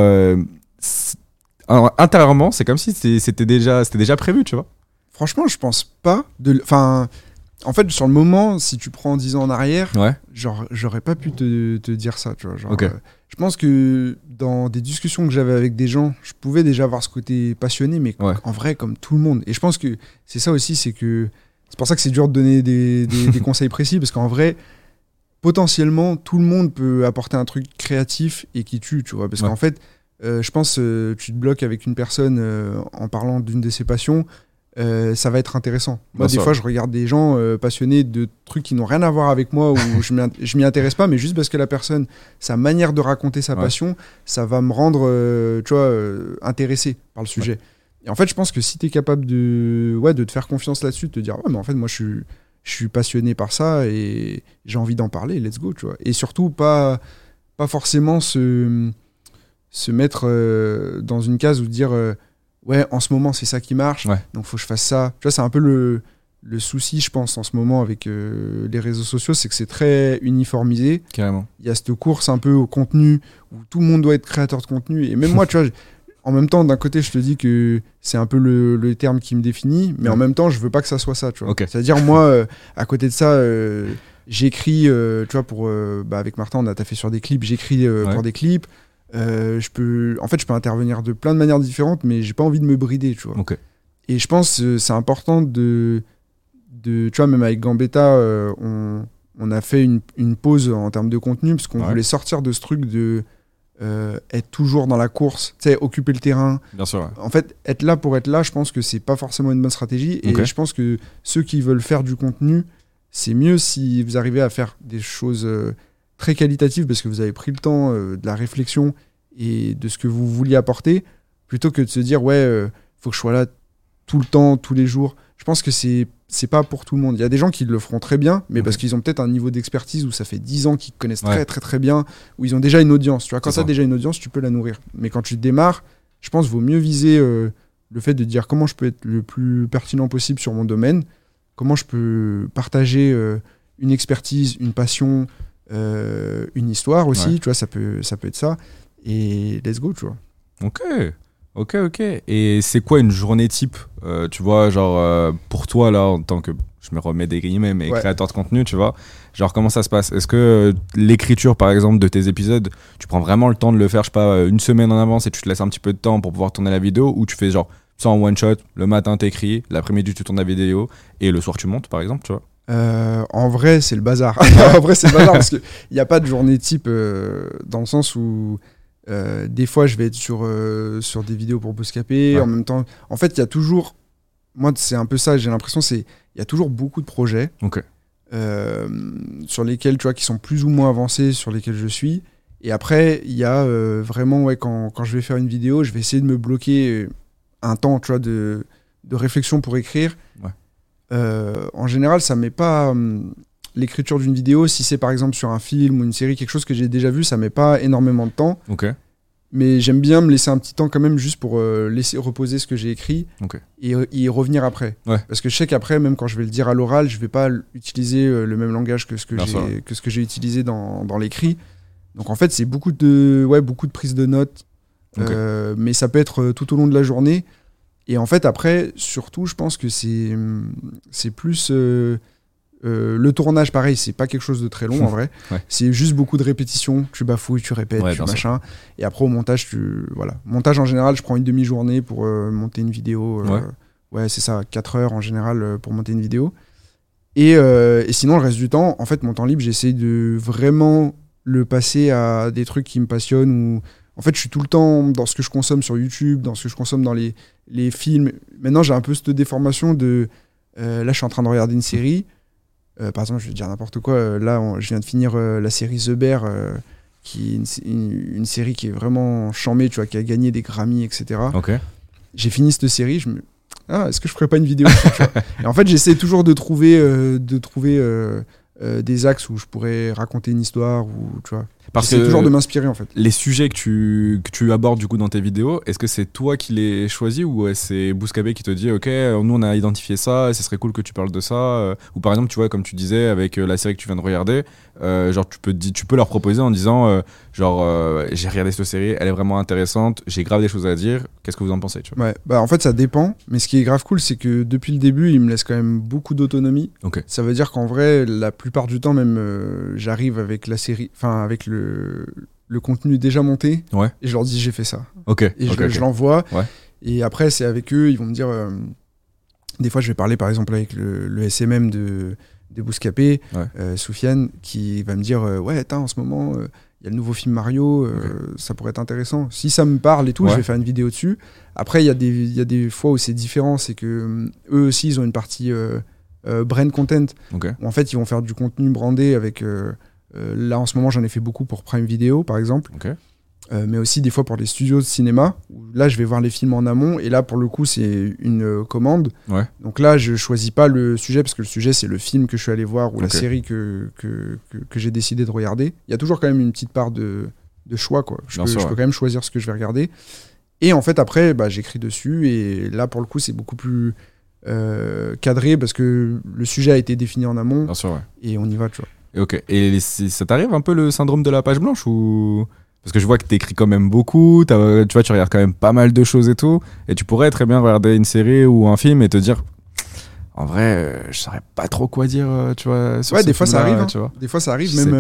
alors, intérieurement, c'est comme si c'était déjà prévu, tu vois. Franchement, je pense pas. Enfin, en fait, sur le moment, si tu prends 10 ans en arrière, genre, j'aurais pas pu te dire ça, tu vois. Genre, je pense que dans des discussions que j'avais avec des gens, je pouvais déjà avoir ce côté passionné, mais en vrai, comme tout le monde. Et je pense que c'est ça aussi, c'est pour ça que c'est dur de donner des conseils précis, parce qu'en vrai, potentiellement, tout le monde peut apporter un truc créatif et qui tue, tu vois. Parce qu'en fait, je pense tu te bloques avec une personne en parlant d'une de ses passions, ça va être intéressant. Moi, des fois, je regarde des gens passionnés de trucs qui n'ont rien à voir avec moi, où je m'y intéresse pas, mais juste parce que la personne, sa manière de raconter sa passion, ça va me rendre tu vois, intéressé par le sujet. Et en fait, je pense que si tu es capable de te faire confiance là-dessus, de te dire, mais en fait, moi, je suis passionné par ça et j'ai envie d'en parler, let's go, tu vois. Et surtout, pas forcément se mettre dans une case où dire en ce moment c'est ça qui marche, donc faut que je fasse ça. Tu vois, c'est un peu le souci, je pense, en ce moment avec les réseaux sociaux, c'est que c'est très uniformisé. Carrément. Il y a cette course un peu au contenu où tout le monde doit être créateur de contenu, et même moi, tu vois, en même temps, d'un côté, je te dis que c'est un peu le terme qui me définit, mais en même temps, je veux pas que ça soit ça, tu vois. C'est-à-dire, moi, à côté de ça, j'écris, tu vois, pour avec Martin, on a taffé sur des clips, j'écris pour des clips. Je peux intervenir de plein de manières différentes, mais j'ai pas envie de me brider, tu vois. Et je pense que c'est important de tu vois, même avec Gambetta, on a fait une pause en termes de contenu parce qu'on voulait sortir de ce truc de être toujours dans la course, tu sais, occuper le terrain. Bien sûr. En fait, être là pour être là, je pense que c'est pas forcément une bonne stratégie. Et je pense que ceux qui veulent faire du contenu, c'est mieux si vous arrivez à faire des choses très qualitatives parce que vous avez pris le temps de la réflexion et de ce que vous vouliez apporter, plutôt que de se dire faut que je sois là tout le temps, tous les jours. Je pense que c'est pas pour tout le monde. Il y a des gens qui le feront très bien, mais parce qu'ils ont peut-être un niveau d'expertise où ça fait 10 ans qu'ils connaissent très très très bien, où ils ont déjà une audience. Tu vois, quand tu as déjà une audience, tu peux la nourrir. Mais quand tu démarres, je pense qu'il vaut mieux viser le fait de dire comment je peux être le plus pertinent possible sur mon domaine, comment je peux partager une expertise, une passion, une histoire aussi. Tu vois, ça peut être ça. Et let's go, tu vois. Ok. Et c'est quoi une journée type tu vois, genre, pour toi, là, en tant que, je me remets des guillemets, mais créateur de contenu, tu vois, genre, comment ça se passe? Est-ce que l'écriture, par exemple, de tes épisodes, tu prends vraiment le temps de le faire, je sais pas, une semaine en avance et tu te laisses un petit peu de temps pour pouvoir tourner la vidéo, ou tu fais genre, ça en one shot, le matin t'écris, l'après-midi tu tournes la vidéo, et le soir tu montes, par exemple, tu vois? En vrai, c'est le bazar. En vrai, c'est le bazar parce qu'il n'y a pas de journée type dans le sens où des fois je vais être sur des vidéos pour Bouscapé. En même temps, en fait, il y a toujours, moi c'est un peu ça, j'ai l'impression, il y a toujours beaucoup de projets sur lesquels, tu vois, qui sont plus ou moins avancés, sur lesquels je suis. Et après, il y a vraiment, quand je vais faire une vidéo, je vais essayer de me bloquer un temps, tu vois, de réflexion pour écrire. En général, ça met pas l'écriture d'une vidéo, si c'est par exemple sur un film ou une série, quelque chose que j'ai déjà vu, ça met pas énormément de temps. Mais j'aime bien me laisser un petit temps quand même juste pour laisser reposer ce que j'ai écrit et y revenir après. Parce que je sais qu'après, même quand je vais le dire à l'oral, je vais pas utiliser le même langage que ce que j'ai utilisé dans l'écrit. Donc en fait, c'est beaucoup de prise de notes, mais ça peut être tout au long de la journée. Et en fait, après, surtout, je pense que c'est plus... le tournage, pareil, c'est pas quelque chose de très long en vrai. C'est juste beaucoup de répétitions. Tu bafouilles, tu répètes, tu machin. Et après, au montage, montage en général, je prends une demi-journée pour monter une vidéo. C'est ça, 4 heures en général pour monter une vidéo. Et sinon, le reste du temps, en fait, mon temps libre, j'essaie de vraiment le passer à des trucs qui me passionnent. En fait, je suis tout le temps dans ce que je consomme sur YouTube, dans ce que je consomme dans les films. Maintenant, j'ai un peu cette déformation de... là, je suis en train de regarder une série. Par exemple, je vais dire n'importe quoi. Là, je viens de finir la série The Bear, qui est une série qui est vraiment charmée, tu vois, qui a gagné des Grammy, etc. J'ai fini cette série. Est-ce que je ferais pas une vidéo dessus, tu vois. Et en fait, j'essaie toujours de trouver des axes où je pourrais raconter une histoire, ou tu vois. J'essaie toujours de m'inspirer en fait. Les sujets que tu abordes du coup dans tes vidéos, est-ce que c'est toi qui les choisis ou c'est Bouscapé qui te dit ok, nous on a identifié ça, ce serait cool que tu parles de ça, ou par exemple tu vois comme tu disais avec la série que tu viens de regarder, genre tu peux leur proposer en disant j'ai regardé cette série, elle est vraiment intéressante, j'ai grave des choses à dire, qu'est-ce que vous en pensez, tu vois. En fait ça dépend, mais ce qui est grave cool c'est que depuis le début ils me laissent quand même beaucoup d'autonomie. Ça veut dire qu'en vrai la plupart du temps même j'arrive avec la série, enfin avec le contenu déjà monté, et je leur dis j'ai fait ça, et je l'envoie, et après c'est avec eux, ils vont me dire des fois je vais parler par exemple avec le SMM de Bouscapé, Soufiane, qui va me dire en ce moment il y a le nouveau film Mario, ça pourrait être intéressant, si ça me parle et tout, je vais faire une vidéo dessus. Après il y a des fois où c'est différent, c'est que eux aussi ils ont une partie brand content, où en fait ils vont faire du contenu brandé avec là en ce moment j'en ai fait beaucoup pour Prime Video par exemple, mais aussi des fois pour les studios de cinéma où là je vais voir les films en amont, et là pour le coup c'est une commande, donc là je choisis pas le sujet parce que le sujet c'est le film que je suis allé voir ou la série que j'ai décidé de regarder. Il y a toujours quand même une petite part de choix, quoi. Je peux quand même choisir ce que je vais regarder, et en fait après j'écris dessus, et là pour le coup c'est beaucoup plus cadré parce que le sujet a été défini en amont, et on y va, tu vois. Et ça t'arrive un peu le syndrome de la page blanche, ou... Parce que je vois que t'écris quand même beaucoup, tu vois, tu regardes quand même pas mal de choses et tout, et tu pourrais très bien regarder une série ou un film et te dire en vrai je saurais pas trop quoi dire, tu vois, sur des fois ça arrive, tu vois. Des fois ça arrive, même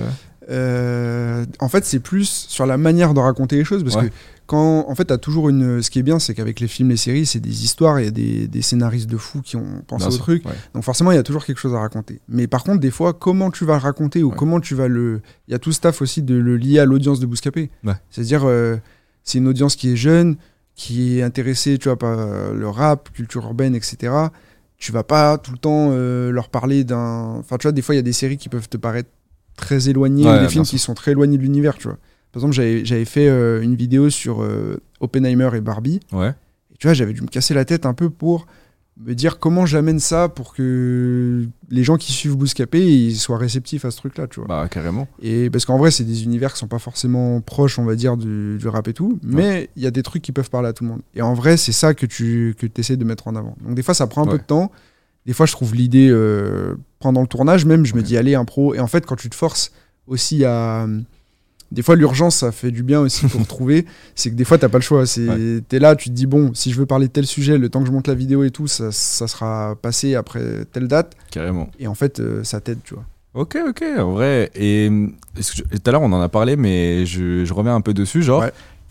en fait c'est plus sur la manière de raconter les choses, parce que quand en fait t'as toujours ce qui est bien c'est qu'avec les films, les séries, c'est des histoires, il y a des scénaristes de fous qui ont pensé au truc, donc forcément il y a toujours quelque chose à raconter. Mais par contre des fois comment tu vas le raconter, ou comment tu vas il y a tout ce taf aussi de le lier à l'audience de Bouscapé, c'est-à-dire c'est une audience qui est jeune, qui est intéressée, tu vois, par le rap, culture urbaine, etc. Tu vas pas tout le temps leur parler enfin tu vois, des fois il y a des séries qui peuvent te paraître très éloignées, ou des films qui sont très éloignés de l'univers, tu vois. Par exemple, j'avais fait une vidéo sur Oppenheimer et Barbie. Et tu vois, j'avais dû me casser la tête un peu pour me dire comment j'amène ça pour que les gens qui suivent Bouscapé ils soient réceptifs à ce truc-là, tu vois. Carrément. Et parce qu'en vrai, c'est des univers qui sont pas forcément proches, on va dire, du rap et tout, mais il y a des trucs qui peuvent parler à tout le monde. Et en vrai, c'est ça que tu essaies de mettre en avant. Donc des fois, ça prend un peu de temps. Des fois, je trouve l'idée pendant le tournage, même, je me dis allez, impro. Et en fait, quand tu te forces aussi à... Des fois, l'urgence, ça fait du bien aussi pour trouver. C'est que des fois, t'as pas le choix. T'es là, tu te dis, bon, si je veux parler de tel sujet, le temps que je monte la vidéo et tout, ça sera passé après telle date. Carrément. Et en fait, ça t'aide, tu vois. Ok, en vrai. Et tout à l'heure, on en a parlé, mais je reviens un peu dessus. Genre,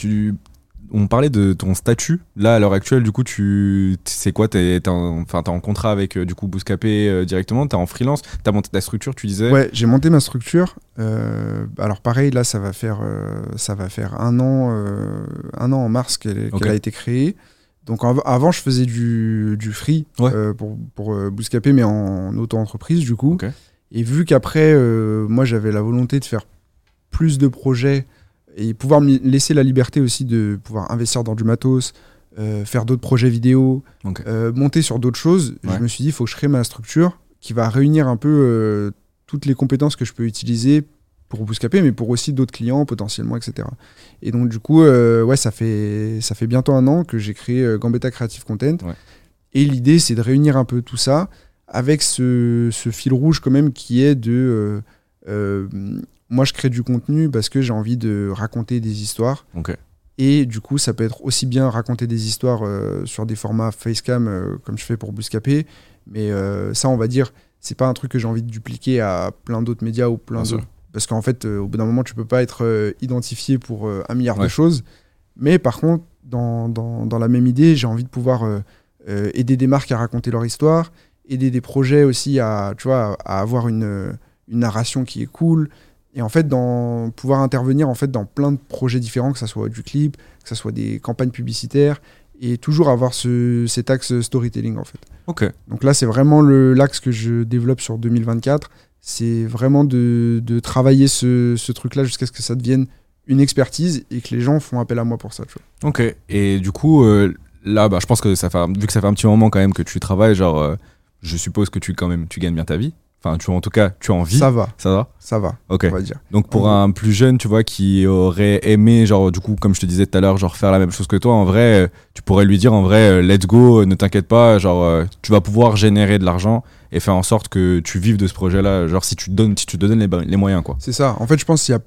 on parlait de ton statut. Là, à l'heure actuelle, du coup, c'est quoi, t'es en contrat avec du coup Bouscapé directement, t'es en freelance, t'as monté ta structure, tu disais. Ouais, j'ai monté ma structure. Alors pareil, là, ça va faire un an en mars qu'elle a été créée. Donc avant, je faisais du free pour Bouscapé, mais en auto-entreprise, du coup. Et vu qu'après, moi, j'avais la volonté de faire plus de projets et pouvoir me laisser la liberté aussi de pouvoir investir dans du matos, faire d'autres projets vidéo, monter sur d'autres choses, je me suis dit, il faut que je crée ma structure qui va réunir un peu toutes les compétences que je peux utiliser pour Bouscapé, mais pour aussi d'autres clients potentiellement, etc. Et donc du coup, ça fait bientôt 1 an que j'ai créé Gambetta Creative Content. Ouais. Et l'idée, c'est de réunir un peu tout ça avec ce fil rouge quand même qui est de... moi, je crée du contenu parce que j'ai envie de raconter des histoires. Okay. Et du coup, ça peut être aussi bien raconter des histoires sur des formats facecam comme je fais pour Bouscapé. Mais ça, on va dire, c'est pas un truc que j'ai envie de dupliquer à plein d'autres médias ou plein d'autres. Parce qu'en fait, au bout d'un moment, tu peux pas être identifié pour 1 milliard de choses. Mais par contre, dans la même idée, j'ai envie de pouvoir aider des marques à raconter leur histoire, aider des projets aussi à avoir une narration qui est cool. Et en fait, pouvoir intervenir en fait, dans plein de projets différents, que ce soit du clip, que ce soit des campagnes publicitaires, et toujours avoir cet axe storytelling en fait. Okay. Donc là, c'est vraiment l'axe que je développe sur 2024. C'est vraiment de travailler ce truc-là jusqu'à ce que ça devienne une expertise et que les gens font appel à moi pour ça. Tu vois. Ok. Et du coup, là, je pense que vu que ça fait un petit moment quand même que tu travailles, je suppose que tu gagnes bien ta vie. Enfin, en tout cas, tu as envie. Ça va. Ok. On va dire. Donc pour un plus jeune, tu vois, qui aurait aimé, du coup, comme je te disais tout à l'heure, faire la même chose que toi, en vrai, tu pourrais lui dire, en vrai, let's go, ne t'inquiète pas, tu vas pouvoir générer de l'argent et faire en sorte que tu vives de ce projet-là, si tu te donnes les moyens, quoi. C'est ça. En fait, je pense qu'il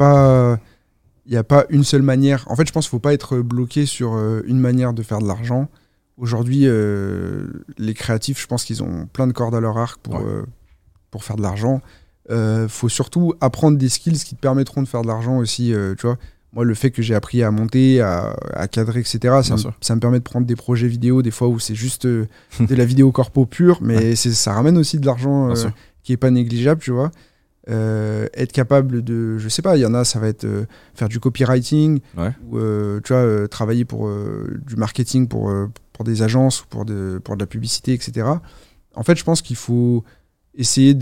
n'y a pas une seule manière. En fait, je pense qu'il ne faut pas être bloqué sur une manière de faire de l'argent. Aujourd'hui, les créatifs, je pense qu'ils ont plein de cordes à leur arc pour faire de l'argent. Faut surtout apprendre des skills qui te permettront de faire de l'argent aussi. Tu vois, moi, le fait que j'ai appris à monter, à cadrer, etc., ça me permet de prendre des projets vidéo, des fois où c'est juste de la vidéo corpo pure, mais ça ramène aussi de l'argent qui est pas négligeable, tu vois. Être capable de, je sais pas, il y en a, ça va être faire du copywriting, ou tu vois, travailler pour du marketing pour des agences ou pour de la publicité, etc. En fait, je pense qu'il faut essayer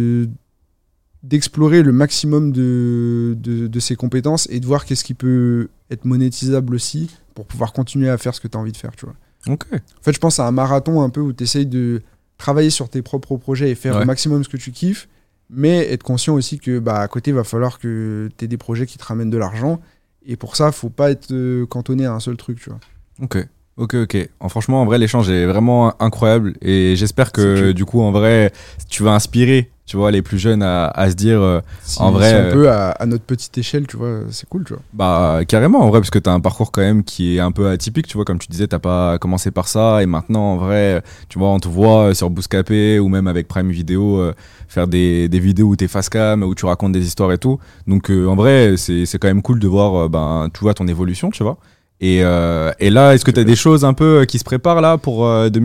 d'explorer le maximum de ses compétences et de voir qu'est-ce qui peut être monétisable aussi pour pouvoir continuer à faire ce que tu as envie de faire, tu vois. Okay. En fait, je pense à un marathon un peu où tu essayes de travailler sur tes propres projets et faire au maximum ce que tu kiffes, mais être conscient aussi que à côté, il va falloir que tu aies des projets qui te ramènent de l'argent, et pour ça, faut pas être cantonné à un seul truc, tu vois. Ok. Franchement, en vrai, l'échange est vraiment incroyable et j'espère que du coup, en vrai, tu vas inspirer, tu vois, les plus jeunes à se dire, en vrai... Si on peut, à notre petite échelle, tu vois, c'est cool, tu vois. Carrément, en vrai, parce que t'as un parcours quand même qui est un peu atypique, tu vois, comme tu disais, t'as pas commencé par ça et maintenant, en vrai, tu vois, on te voit sur Bouscapé ou même avec Prime Video faire des vidéos où t'es face cam, où tu racontes des histoires et tout. Donc, en vrai, c'est quand même cool de voir, tu vois, ton évolution, tu vois. Et là, est-ce que tu as des choses un peu qui se préparent là pour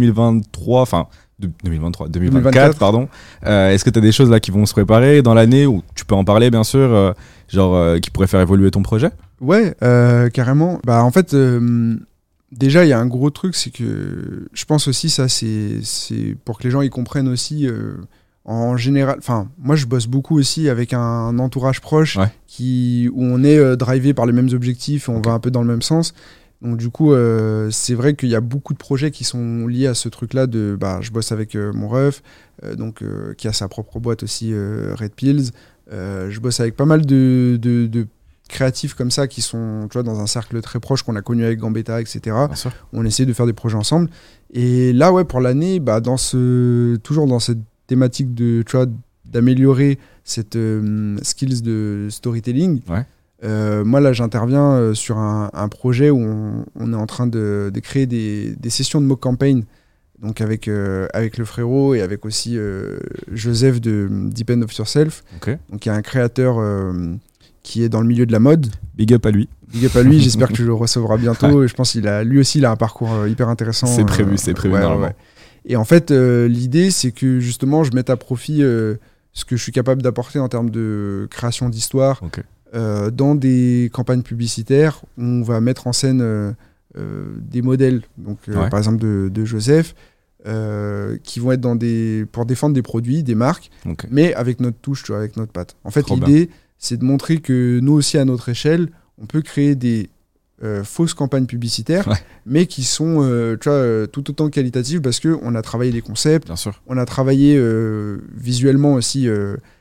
2024, pardon. Est-ce que tu as des choses là qui vont se préparer dans l'année, ou tu peux en parler bien sûr, qui pourraient faire évoluer ton projet? Ouais, carrément. En fait, déjà, il y a un gros truc, c'est que je pense aussi, ça, c'est pour que les gens y comprennent aussi... En général, moi je bosse beaucoup aussi avec un entourage proche où on est drivé par les mêmes objectifs et on va un peu dans le même sens. Donc du coup, c'est vrai qu'il y a beaucoup de projets qui sont liés à ce truc-là. Je bosse avec mon ref, qui a sa propre boîte aussi, Red Pills. Je bosse avec pas mal de créatifs comme ça qui sont, tu vois, dans un cercle très proche qu'on a connu avec Gambetta, etc. On essaie de faire des projets ensemble. Et là, pour l'année, toujours dans cette thématique d'améliorer cette skills de storytelling. Moi là j'interviens sur un projet où on est en train de créer des sessions de mock campaign, donc avec le frérot et avec aussi Joseph de Depend of Yourself. Donc il y a un créateur qui est dans le milieu de la mode. Big up à lui. J'espère que tu le recevras bientôt. Et je pense lui aussi il a un parcours hyper intéressant. C'est prévu normalement. Et en fait, l'idée, c'est que justement, je mette à profit ce que je suis capable d'apporter en termes de création d'histoire dans des campagnes publicitaires où on va mettre en scène des modèles, par exemple de Joseph, qui vont être pour défendre des produits, des marques, mais avec notre touche, tu vois, avec notre patte. En fait, l'idée, c'est de montrer que nous aussi, à notre échelle, on peut créer des fausses campagnes publicitaires, mais qui sont tout autant qualitatives parce qu'on a travaillé les concepts, on a travaillé visuellement aussi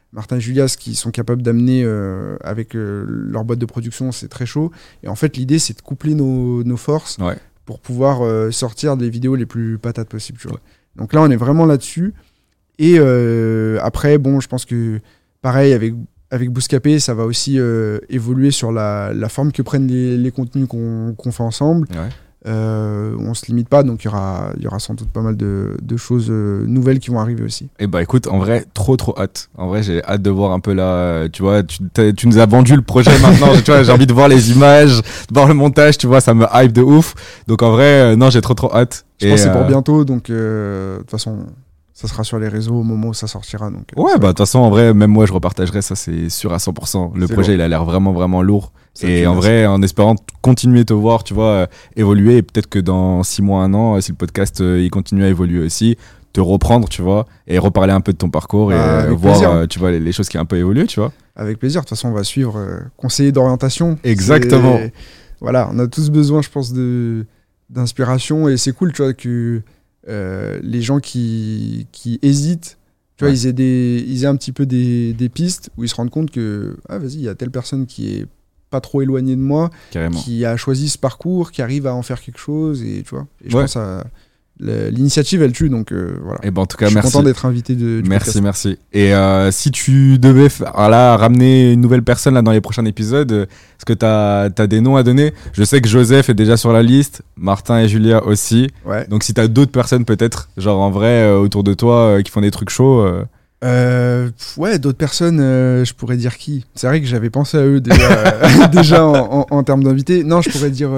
Martin et Julia, ce qu'ils sont capables d'amener avec leur boîte de production, c'est très chaud. Et en fait, l'idée, c'est de coupler nos forces pour pouvoir sortir des vidéos les plus patates possibles. Tu vois. Donc là, on est vraiment là-dessus. Et après, bon, je pense que pareil, avec Bouscapé, ça va aussi évoluer sur la forme que prennent les contenus qu'on fait ensemble. On se limite pas, donc il y aura sans doute pas mal de choses nouvelles qui vont arriver aussi. Et bah écoute, en vrai, trop hâte. En vrai, j'ai hâte de voir un peu là, tu vois, tu nous as vendu le projet maintenant, tu vois, j'ai envie de voir les images, de voir le montage, tu vois, ça me hype de ouf. Donc en vrai, non, j'ai trop hâte. Je pense que c'est pour bientôt, donc de toute façon... Ça sera sur les réseaux au moment où ça sortira. Donc, ouais, bah de toute façon, en vrai, même moi, je repartagerai ça, c'est sûr à 100%. Le projet, il a l'air vraiment lourd. Et en vrai, en espérant continuer de te voir, tu vois, évoluer, et peut-être que dans 6 mois, 1 an, si le podcast, il continue à évoluer aussi, te reprendre, tu vois, et reparler un peu de ton parcours et voir, tu vois, les choses qui ont un peu évolué, tu vois. Avec plaisir. De toute façon, on va suivre conseiller d'orientation. Exactement. Voilà, on a tous besoin, je pense, d'inspiration, et c'est cool, tu vois, que... les gens qui hésitent, tu vois, ils aient un petit peu des pistes où ils se rendent compte que vas-y, il y a telle personne qui est pas trop éloignée de moi, qui a choisi ce parcours, qui arrive à en faire quelque chose, et tu vois, et je pense l'initiative elle tue, donc voilà. Et ben en tout cas, je suis merci. content d'être invité du podcast. Merci. Et si tu devais ramener une nouvelle personne là dans les prochains épisodes, est-ce que t'as des noms à donner? Je sais que Joseph est déjà sur la liste, Martin et Julia aussi. Donc si t'as d'autres personnes peut-être, genre en vrai autour de toi qui font des trucs chauds. D'autres personnes, je pourrais dire qui? C'est vrai que j'avais pensé à eux déjà en termes d'invités. Non, je pourrais dire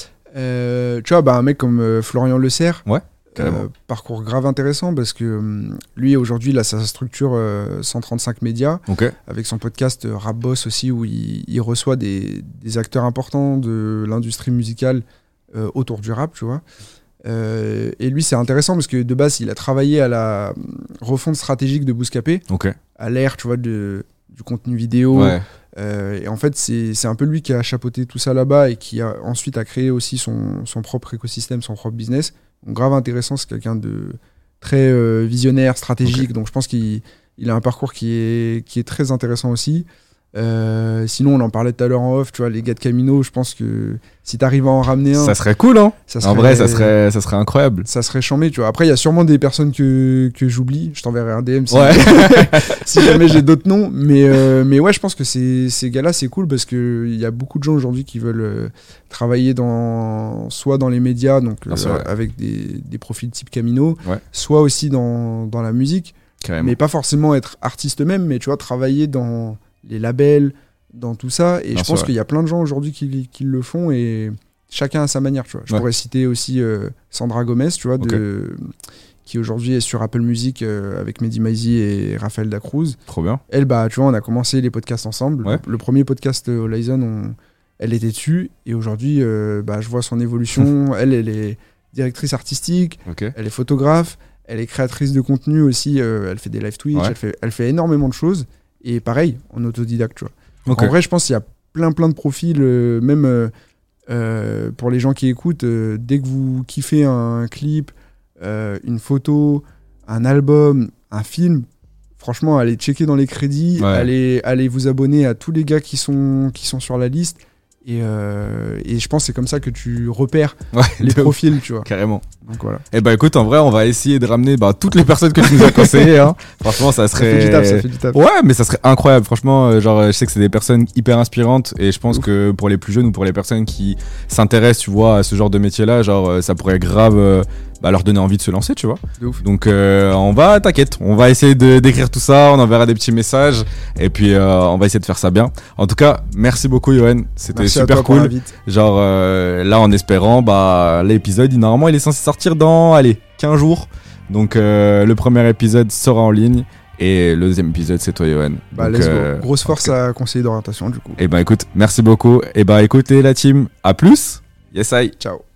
tu vois, un mec comme Florian Le Cerf. Parcours grave intéressant parce que lui aujourd'hui il a sa structure 135 médias avec son podcast Rap Boss aussi, où il reçoit des acteurs importants de l'industrie musicale autour du rap, tu vois. Et lui c'est intéressant parce que de base il a travaillé à la refonte stratégique de Bouscapé, à l'ère, tu vois, du contenu vidéo. Et en fait c'est un peu lui qui a chapeauté tout ça là-bas et qui a ensuite créé aussi son propre écosystème, son propre business. Donc, grave intéressant, c'est quelqu'un de très visionnaire, stratégique, donc je pense qu'il a un parcours qui est très intéressant aussi. Sinon, on en parlait tout à l'heure en off, tu vois, les gars de Camino, je pense que si t'arrives à en ramener un... Ça serait cool, hein. En vrai, ça serait incroyable. Ça serait chambé, tu vois. Après, il y a sûrement des personnes que j'oublie, je t'enverrai un DM si jamais j'ai d'autres noms, mais ouais, je pense que ces gars-là, c'est cool parce qu'il y a beaucoup de gens aujourd'hui qui veulent travailler soit dans les médias, donc avec des profils type Camino, soit aussi dans la musique, mais pas forcément être artiste eux-mêmes, mais tu vois, travailler dans les labels, dans tout ça, et je pense qu'il y a plein de gens aujourd'hui qui le font, et chacun à sa manière, tu vois. Je pourrais citer aussi Sandra Gomez, tu vois, qui aujourd'hui est sur Apple Music avec Mehdi Maizi et Raphaël Dacruz. Trop bien. Elle, tu vois, on a commencé les podcasts ensemble. Le premier podcast Horizon, elle était dessus, et aujourd'hui, je vois son évolution. Elle est directrice artistique, elle est photographe, elle est créatrice de contenu aussi, elle fait des live Twitch, elle fait énormément de choses. Et pareil, en autodidacte, tu vois. Donc en vrai, je pense qu'il y a plein de profils, même pour les gens qui écoutent, dès que vous kiffez un clip, une photo, un album, un film, franchement, allez checker dans les crédits, allez vous abonner à tous les gars qui sont sur la liste. Et je pense que c'est comme ça que tu repères les profils, tu vois. Carrément. Donc voilà. Et écoute, en vrai, on va essayer de ramener toutes les personnes que tu nous as conseillées. Hein. Franchement, ça serait. Ça fait du taf. Ouais, mais ça serait incroyable. Franchement, je sais que c'est des personnes hyper inspirantes, et je pense que pour les plus jeunes ou pour les personnes qui s'intéressent, tu vois, à ce genre de métier-là, ça pourrait grave leur donner envie de se lancer, tu vois. Donc t'inquiète, on va essayer d'écrire tout ça, on enverra des petits messages, et puis on va essayer de faire ça bien. En tout cas, merci beaucoup, Yoann. C'était super cool. Là, en espérant, l'épisode, normalement, il est censé sortir dans 15 jours. Donc le premier épisode sera en ligne, et le deuxième épisode, c'est toi, Yoann. Let's go. Grosse force à conseiller d'orientation, du coup. Et écoute, merci beaucoup. Et écoutez la team, à plus. Yes, I. Ciao.